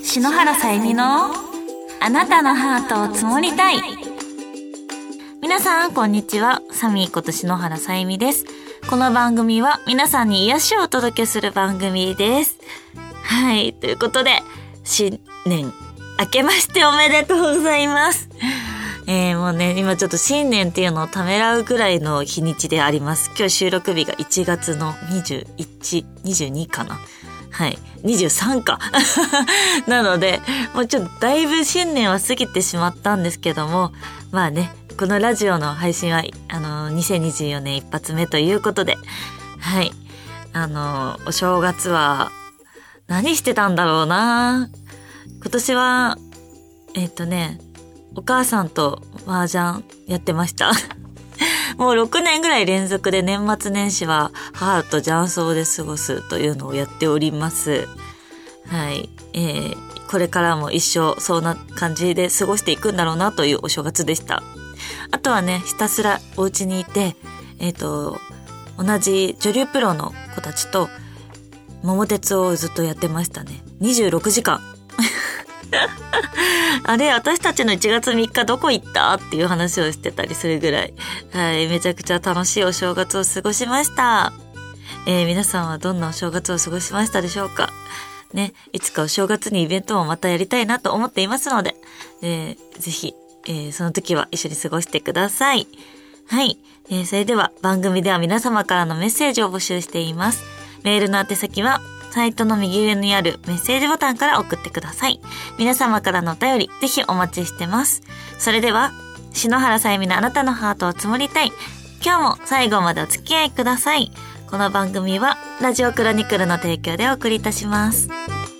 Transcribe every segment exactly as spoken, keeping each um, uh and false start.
篠原さゆみのあなたのハートを積もりたい。皆さんこんにちは、サミーこと篠原さゆみです。この番組は皆さんに癒しをお届けする番組です。はい、ということで新年明けましておめでとうございます。えー、もうね今ちょっと新年っていうのをためらうぐらいの日にちであります。今日収録日がいちがつのにじゅういち、にじゅうにかな、はいにじゅうさんかなのでもうちょっとだいぶ新年は過ぎてしまったんですけども、まあねこのラジオの配信はあのにせんにじゅうよねん一発目ということで、はいあのお正月は何してたんだろうな。今年はえっとねお母さんと麻雀やってましたもうろくねんぐらい連続で年末年始は母と雀荘で過ごすというのをやっております。はい、えー、これからも一生そんな感じで過ごしていくんだろうなというお正月でした。あとはねひたすらお家にいて、えっと同じ女流プロの子たちと桃鉄をずっとやってましたね。にじゅうろくじかんあれ私たちのいちがつみっかどこ行ったっていう話をしてたりするぐらい、はい、めちゃくちゃ楽しいお正月を過ごしました。えー、皆さんはどんなお正月を過ごしましたでしょうかね。いつかお正月にイベントもまたやりたいなと思っていますので、えー、ぜひ、えー、その時は一緒に過ごしてください。はい、えー、それでは番組では皆様からのメッセージを募集しています。メールの宛先はサイトの右上にあるメッセージボタンから送ってください。皆様からのお便りぜひお待ちしてます。それでは篠原さゆみのあなたのハートを積もりたい。今日も最後までお付き合いください。この番組はラジオクロニクルの提供でお送りいたします。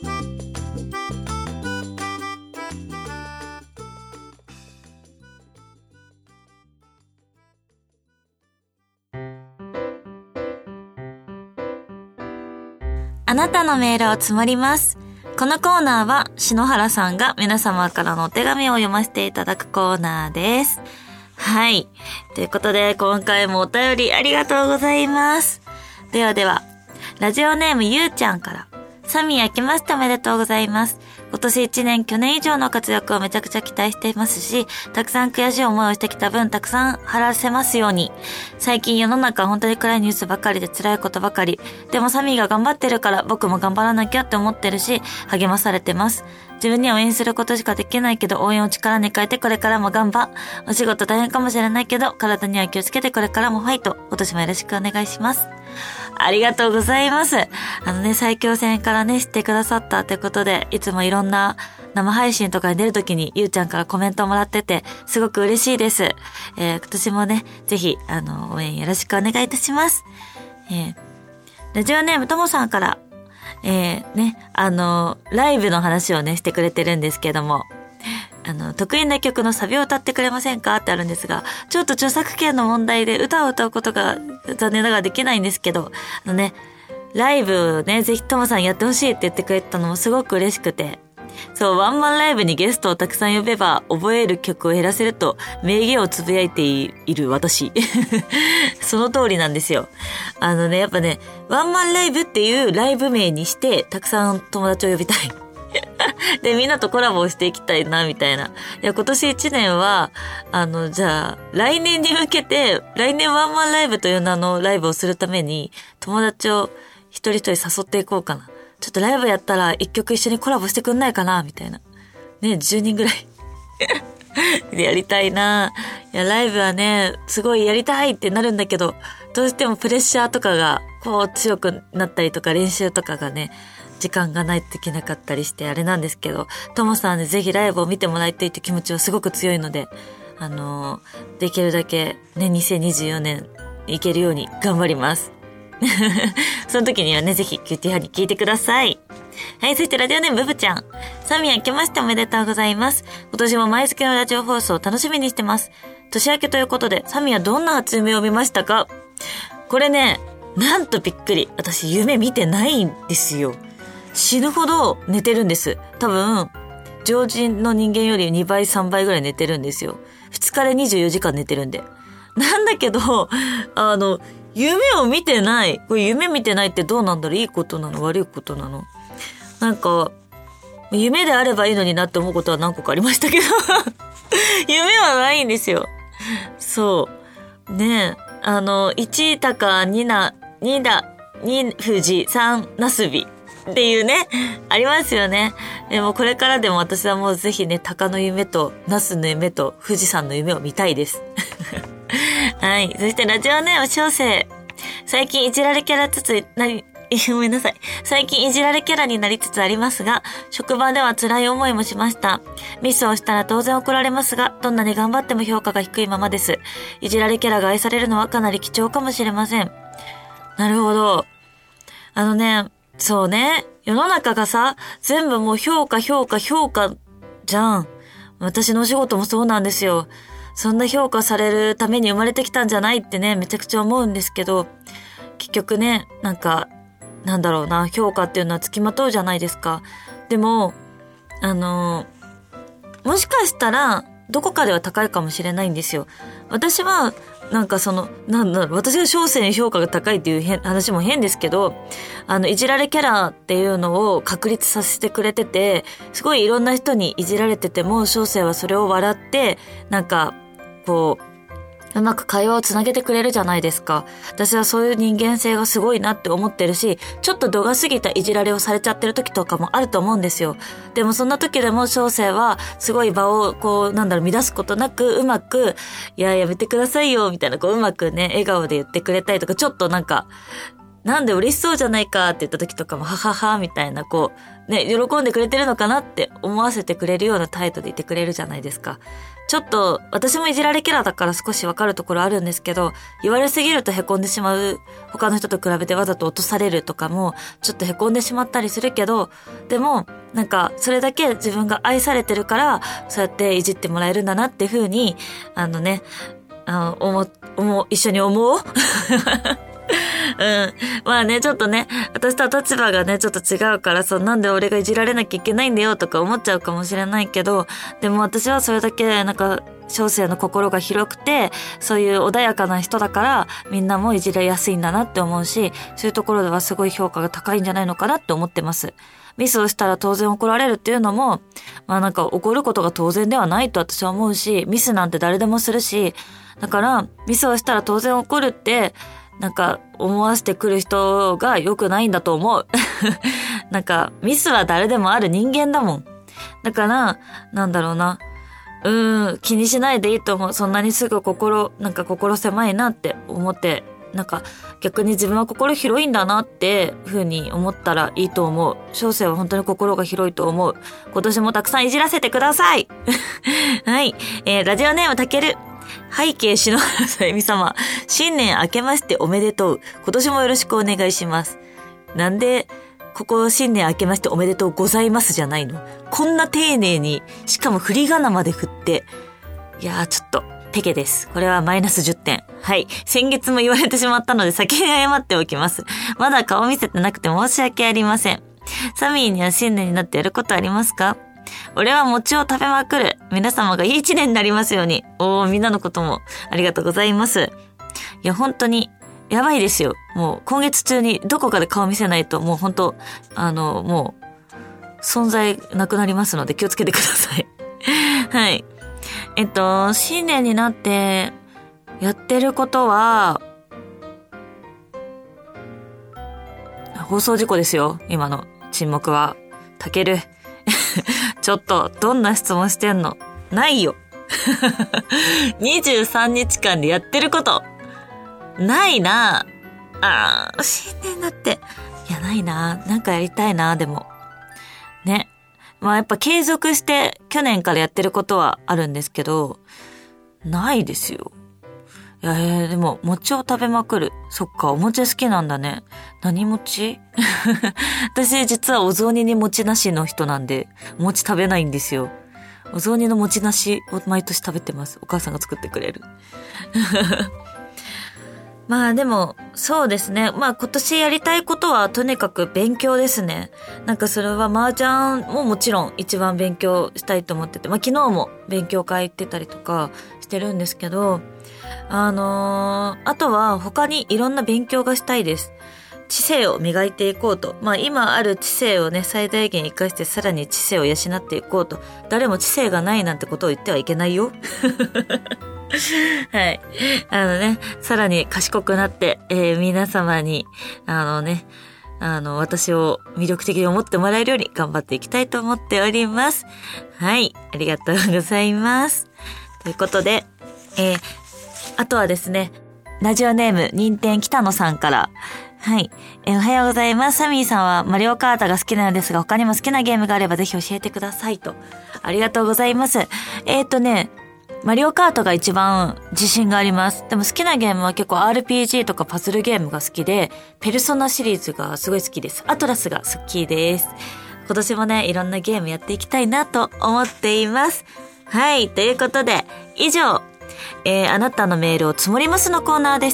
あなたのメールを積もります。このコーナーは篠原さんが皆様からのお手紙を読ませていただくコーナーです。はい。ということで今回もお便りありがとうございます。ではでは、ラジオネームゆうちゃんから、サミー明けましておめでとうございます。今年一年去年以上の活躍をめちゃくちゃ期待していますし、たくさん悔しい思いをしてきた分たくさん晴らせますように。最近世の中は本当に暗いニュースばかりで辛いことばかり。でもサミーが頑張ってるから僕も頑張らなきゃって思ってるし、励まされてます。自分には応援することしかできないけど応援を力に変えてこれからも頑張。お仕事大変かもしれないけど体には気をつけてこれからもファイト。今年もよろしくお願いします。ありがとうございます。あのね、最強戦からね、知ってくださったってことで、いつもいろんな生配信とかに出るときに、ゆうちゃんからコメントをもらってて、すごく嬉しいです。えー、今年もね、ぜひ、あの、応援よろしくお願いいたします。えー、ラジオネームともさんから、えー、ね、あの、ライブの話をね、してくれてるんですけども、あの、得意な曲のサビを歌ってくれませんかってあるんですが、ちょっと著作権の問題で歌を歌うことが残念ながらできないんですけど、あのね、ライブね、ぜひともさんやってほしいって言ってくれたのもすごく嬉しくて、そう、ワンマンライブにゲストをたくさん呼べば覚える曲を減らせると名言をつぶやいている私。その通りなんですよ。あのね、やっぱね、ワンマンライブっていうライブ名にしてたくさん友達を呼びたい。で、みんなとコラボをしていきたいな、みたいな。いや、今年一年は、あの、じゃあ、来年に向けて、来年ワンマンライブという名のライブをするために、友達を一人一人誘っていこうかな。ちょっとライブやったら一曲一緒にコラボしてくんないかな、みたいな。ね、じゅうにんぐらい。で、やりたいな。いや、ライブはね、すごいやりたいってなるんだけど、どうしてもプレッシャーとかが、こう強くなったりとか、練習とかがね、時間がないとできなかったりしてあれなんですけど、ともさんでぜひライブを見てもらいたいって気持ちはすごく強いので、あのー、できるだけね、にせんにじゅうよねんいけるように頑張ります。その時にはね、ぜひキューティーハニー聞いてください。はい、そしてラジオネームブブちゃん。サミー明けましておめでとうございます。今年も毎月のラジオ放送を楽しみにしてます。年明けということで、サミーはどんな初夢を見ましたか？これね、なんとびっくり。私夢見てないんですよ。死ぬほど寝てるんです。多分、常人の人間よりにばいさんばいぐらい寝てるんですよ。ふつかでにじゅうよじかん寝てるんで。なんだけど、あの、夢を見てない。これ夢見てないってどうなんだろう？いいことなの？悪いことなの？なんか、 夢であればいいのになって思うことは何個かありましたけど夢はないんですよ。そうねえ、あのいち高になにだに富士さんなすびっていうねありますよね。でもこれからでも私はもうぜひね、鷹の夢とナスの夢と富士山の夢を見たいですはい。そしてラジオネーム小生、最近いじられキャラつつなりごめんなさい。最近いじられキャラになりつつありますが、職場では辛い思いもしました。ミスをしたら当然怒られますが、どんなに頑張っても評価が低いままです。いじられキャラが愛されるのはかなり貴重かもしれません。なるほど。あのね、そうね。世の中がさ、全部もう評価評価評価じゃん。私のお仕事もそうなんですよ。そんな評価されるために生まれてきたんじゃないってね、めちゃくちゃ思うんですけど、結局ね、なんか、なんだろうな、評価っていうのはつきまとうじゃないですか。でも、あの、もしかしたら、どこかでは高いかもしれないんですよ。私は、なんかその、なんだろう、私が小生に評価が高いっていう変話も変ですけど、あの、いじられキャラっていうのを確立させてくれてて、すごいいろんな人にいじられてても、小生はそれを笑って、なんか、こう、うまく会話をつなげてくれるじゃないですか。私はそういう人間性がすごいなって思ってるし、ちょっと度が過ぎたいじられをされちゃってる時とかもあると思うんですよ。でもそんな時でも小生はすごい場をこうなんだろう乱すことなくうまく、いややめてくださいよみたいなこううまくね笑顔で言ってくれたりとか、ちょっとなんかなんで嬉しそうじゃないかって言った時とかもはははみたいなこうね喜んでくれてるのかなって思わせてくれるような態度でいてくれるじゃないですか。ちょっと私もいじられキャラだから少しわかるところあるんですけど、言われすぎると凹んでしまう、他の人と比べてわざと落とされるとかもちょっと凹んでしまったりするけど、でもなんかそれだけ自分が愛されてるからそうやっていじってもらえるんだなっていう風にあのねあの思思一緒に思ううん。まあね、ちょっとね、私とは立場がね、ちょっと違うからさ、なんで俺がいじられなきゃいけないんだよとか思っちゃうかもしれないけど、でも私はそれだけなんか、小生の心が広くて、そういう穏やかな人だから、みんなもいじられやすいんだなって思うし、そういうところではすごい評価が高いんじゃないのかなって思ってます。ミスをしたら当然怒られるっていうのも、まあなんか怒ることが当然ではないと私は思うし、ミスなんて誰でもするし、だからミスをしたら当然怒るって、なんか思わせてくる人が良くないんだと思う。なんかミスは誰でもある人間だもん。だから、なんだろうな。うーん、気にしないでいいと思う。そんなにすぐ心、なんか心狭いなって思って、なんか逆に自分は心広いんだなって風に思ったらいいと思う。小生は本当に心が広いと思う。今年もたくさんいじらせてください。はい。えー、ラジオネームたける。背景篠原さゆみ様、新年明けましておめでとう。今年もよろしくお願いします。なんで、ここ新年明けましておめでとうございますじゃないの？こんな丁寧に、しかも振り仮名まで振って、いやーちょっと、ペケです。これはマイナスじゅってん。はい。先月も言われてしまったので先に謝っておきます。まだ顔見せてなくて申し訳ありません。サミーには新年になってやることありますか？俺は餅を食べまくる。皆様がいい一年になりますように。おー、みんなのこともありがとうございます。いや、本当に、やばいですよ。もう、今月中にどこかで顔見せないと、もう本当、あの、もう、存在なくなりますので気をつけてください。はい。えっと、新年になって、やってることは、放送事故ですよ。今の沈黙は。たける。ちょっと、どんな質問してんの？ないよ。にじゅうさんにちかんでやってること。ないな。あー、新年だって。いや、ないな。なんかやりたいな、でも。ね。まあやっぱ継続して去年からやってることはあるんですけど、ないですよ。いや、えー、でも、餅を食べまくる。そっか、お餅好きなんだね。何餅？私、実はお雑煮に餅なしの人なんで、餅食べないんですよ。お雑煮の餅なしを毎年食べてます。お母さんが作ってくれる。まあでも、そうですね。まあ今年やりたいことはとにかく勉強ですね。なんかそれは麻雀ももちろん一番勉強したいと思ってて、まあ昨日も勉強会行ってたりとかしてるんですけど、あのー、あとは他にいろんな勉強がしたいです。 知性を磨いていこうと、まあ今ある知性をね最大限生かしてさらに知性を養っていこうと、誰も知性がないなんてことを言ってはいけないよはい。あのね、さらに賢くなって、えー、皆様に、あのね、あの、私を魅力的に思ってもらえるように頑張っていきたいと思っております。はい。ありがとうございます。ということで、えー、あとはですね、ラジオネーム、任天北野さんから、はい、えー。おはようございます。サミーさんはマリオカートが好きなのですが、他にも好きなゲームがあればぜひ教えてくださいと。ありがとうございます。えーとね、マリオカートが一番自信があります。でも好きなゲームは結構 アールピージー とかパズルゲームが好きで、ペルソナシリーズがすごい好きです。アトラスが好きです。今年もね、いろんなゲームやっていきたいなと思っています。はい、ということで、以上、えー、あなたのメールを積もりますのコーナーでした。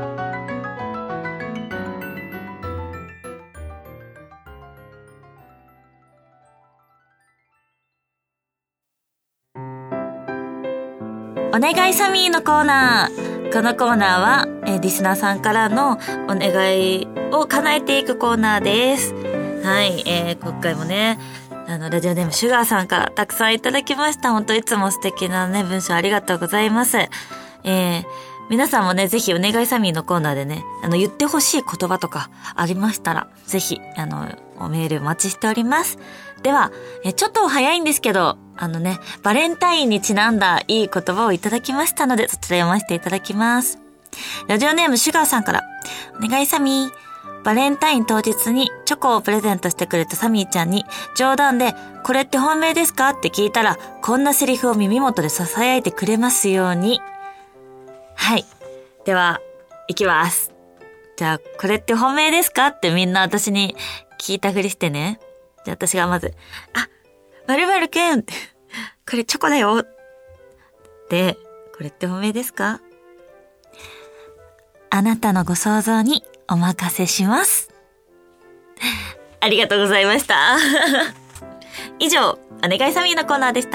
お願いサミーのコーナー。このコーナーは、えー、リスナーさんからのお願いを叶えていくコーナーです。はい、えー、今回もね、あの、ラジオネームシュガーさんからたくさんいただきました。本当いつも素敵なね、文章ありがとうございます。えー、皆さんもね、ぜひお願いサミーのコーナーでね、あの、言ってほしい言葉とかありましたら、ぜひ、あの、メールお待ちしております。では、えちょっと早いんですけど、あのね、バレンタインにちなんだいい言葉をいただきましたので、そちら読ませていただきます。ラジオネームシュガーさんから、お願いサミー。バレンタイン当日にチョコをプレゼントしてくれたサミーちゃんに、冗談で、これって本命ですかって聞いたら、こんなセリフを耳元で囁いてくれますように。はい。では、いきます。じゃあ、これって本命ですかってみんな私に聞いたふりしてね。じゃあ私がまず、あ、〇〇くんこれチョコだよで、これって本命ですか？あなたのご想像にお任せします。ありがとうございました。以上、お願いサミーのコーナーでした。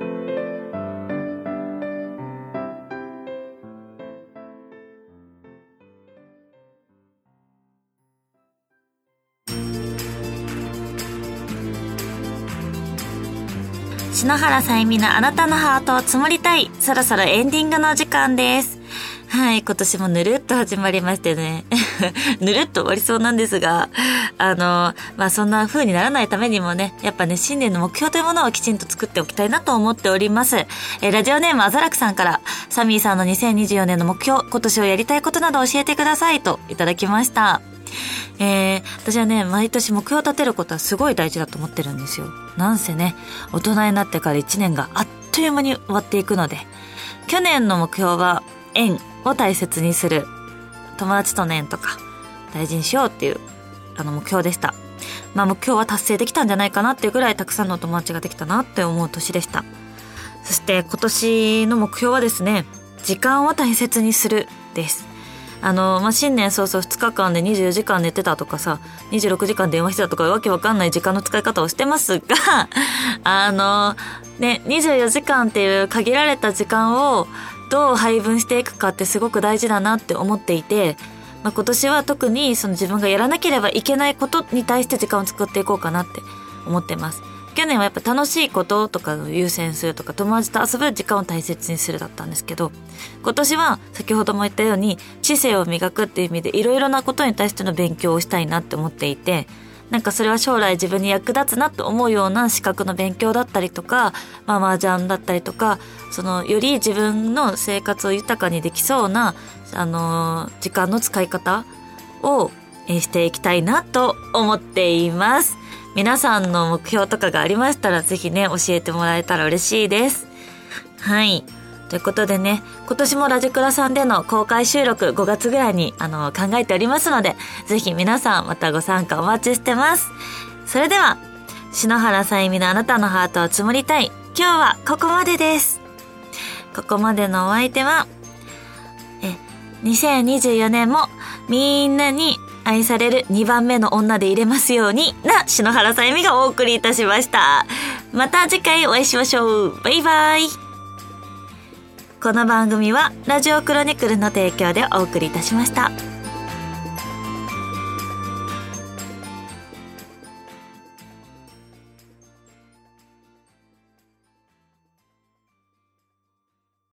篠原さゆみのあなたのハートを積もりたい。そろそろエンディングの時間です。はい、今年もぬるっと始まりましてね。ぬるっと終わりそうなんですが、あの、まあ、そんな風にならないためにもね、やっぱね、新年の目標というものをきちんと作っておきたいなと思っております。えー、ラジオネームあざらくさんから、サミーさんのにせんにじゅうよねんの目標、今年をやりたいことなど教えてくださいといただきました。えー、私はね、毎年目標を立てることはすごい大事だと思ってるんですよ。なんせね、大人になってからいちねんがあっという間に終わっていくので、去年の目標は縁を大切にする、友達との縁とか大事にしようっていうあの目標でした。まあ目標は達成できたんじゃないかなっていうぐらいたくさんのお友達ができたなって思う年でした。そして今年の目標はですね、時間を大切にするです。あの、まあ、新年早々ふつかかんでにじゅうよじかん寝てたとかさ、にじゅうろくじかん電話してたとかわけわかんない時間の使い方をしてますが、あの、ね、にじゅうよじかんっていう限られた時間をどう配分していくかってすごく大事だなって思っていて、まあ、今年は特にその自分がやらなければいけないことに対して時間を作っていこうかなって思ってます。去年はやっぱ楽しいこととかを優先するとか、友達と遊ぶ時間を大切にするだったんですけど、今年は先ほども言ったように知性を磨くっていう意味でいろいろなことに対しての勉強をしたいなって思っていて、なんかそれは将来自分に役立つなと思うような資格の勉強だったりとか、まあ麻雀だったりとか、そのより自分の生活を豊かにできそうなあのー、時間の使い方をしていきたいなと思っています。皆さんの目標とかがありましたらぜひね教えてもらえたら嬉しいです。はい。ということでね、今年もラジクラさんでの公開収録ごがつぐらいにあの考えておりますので、ぜひ皆さんまたご参加お待ちしてます。それでは、篠原さゆみのあなたのハートを積もりたい。今日はここまでです。ここまでのお相手は、え、にせんにじゅうよねんもみんなに愛されるにばんめの女でいれますようにな篠原さゆみがお送りいたしました。また次回お会いしましょう。バイバイ。この番組はラジオクロニクルの提供でお送りいたしました。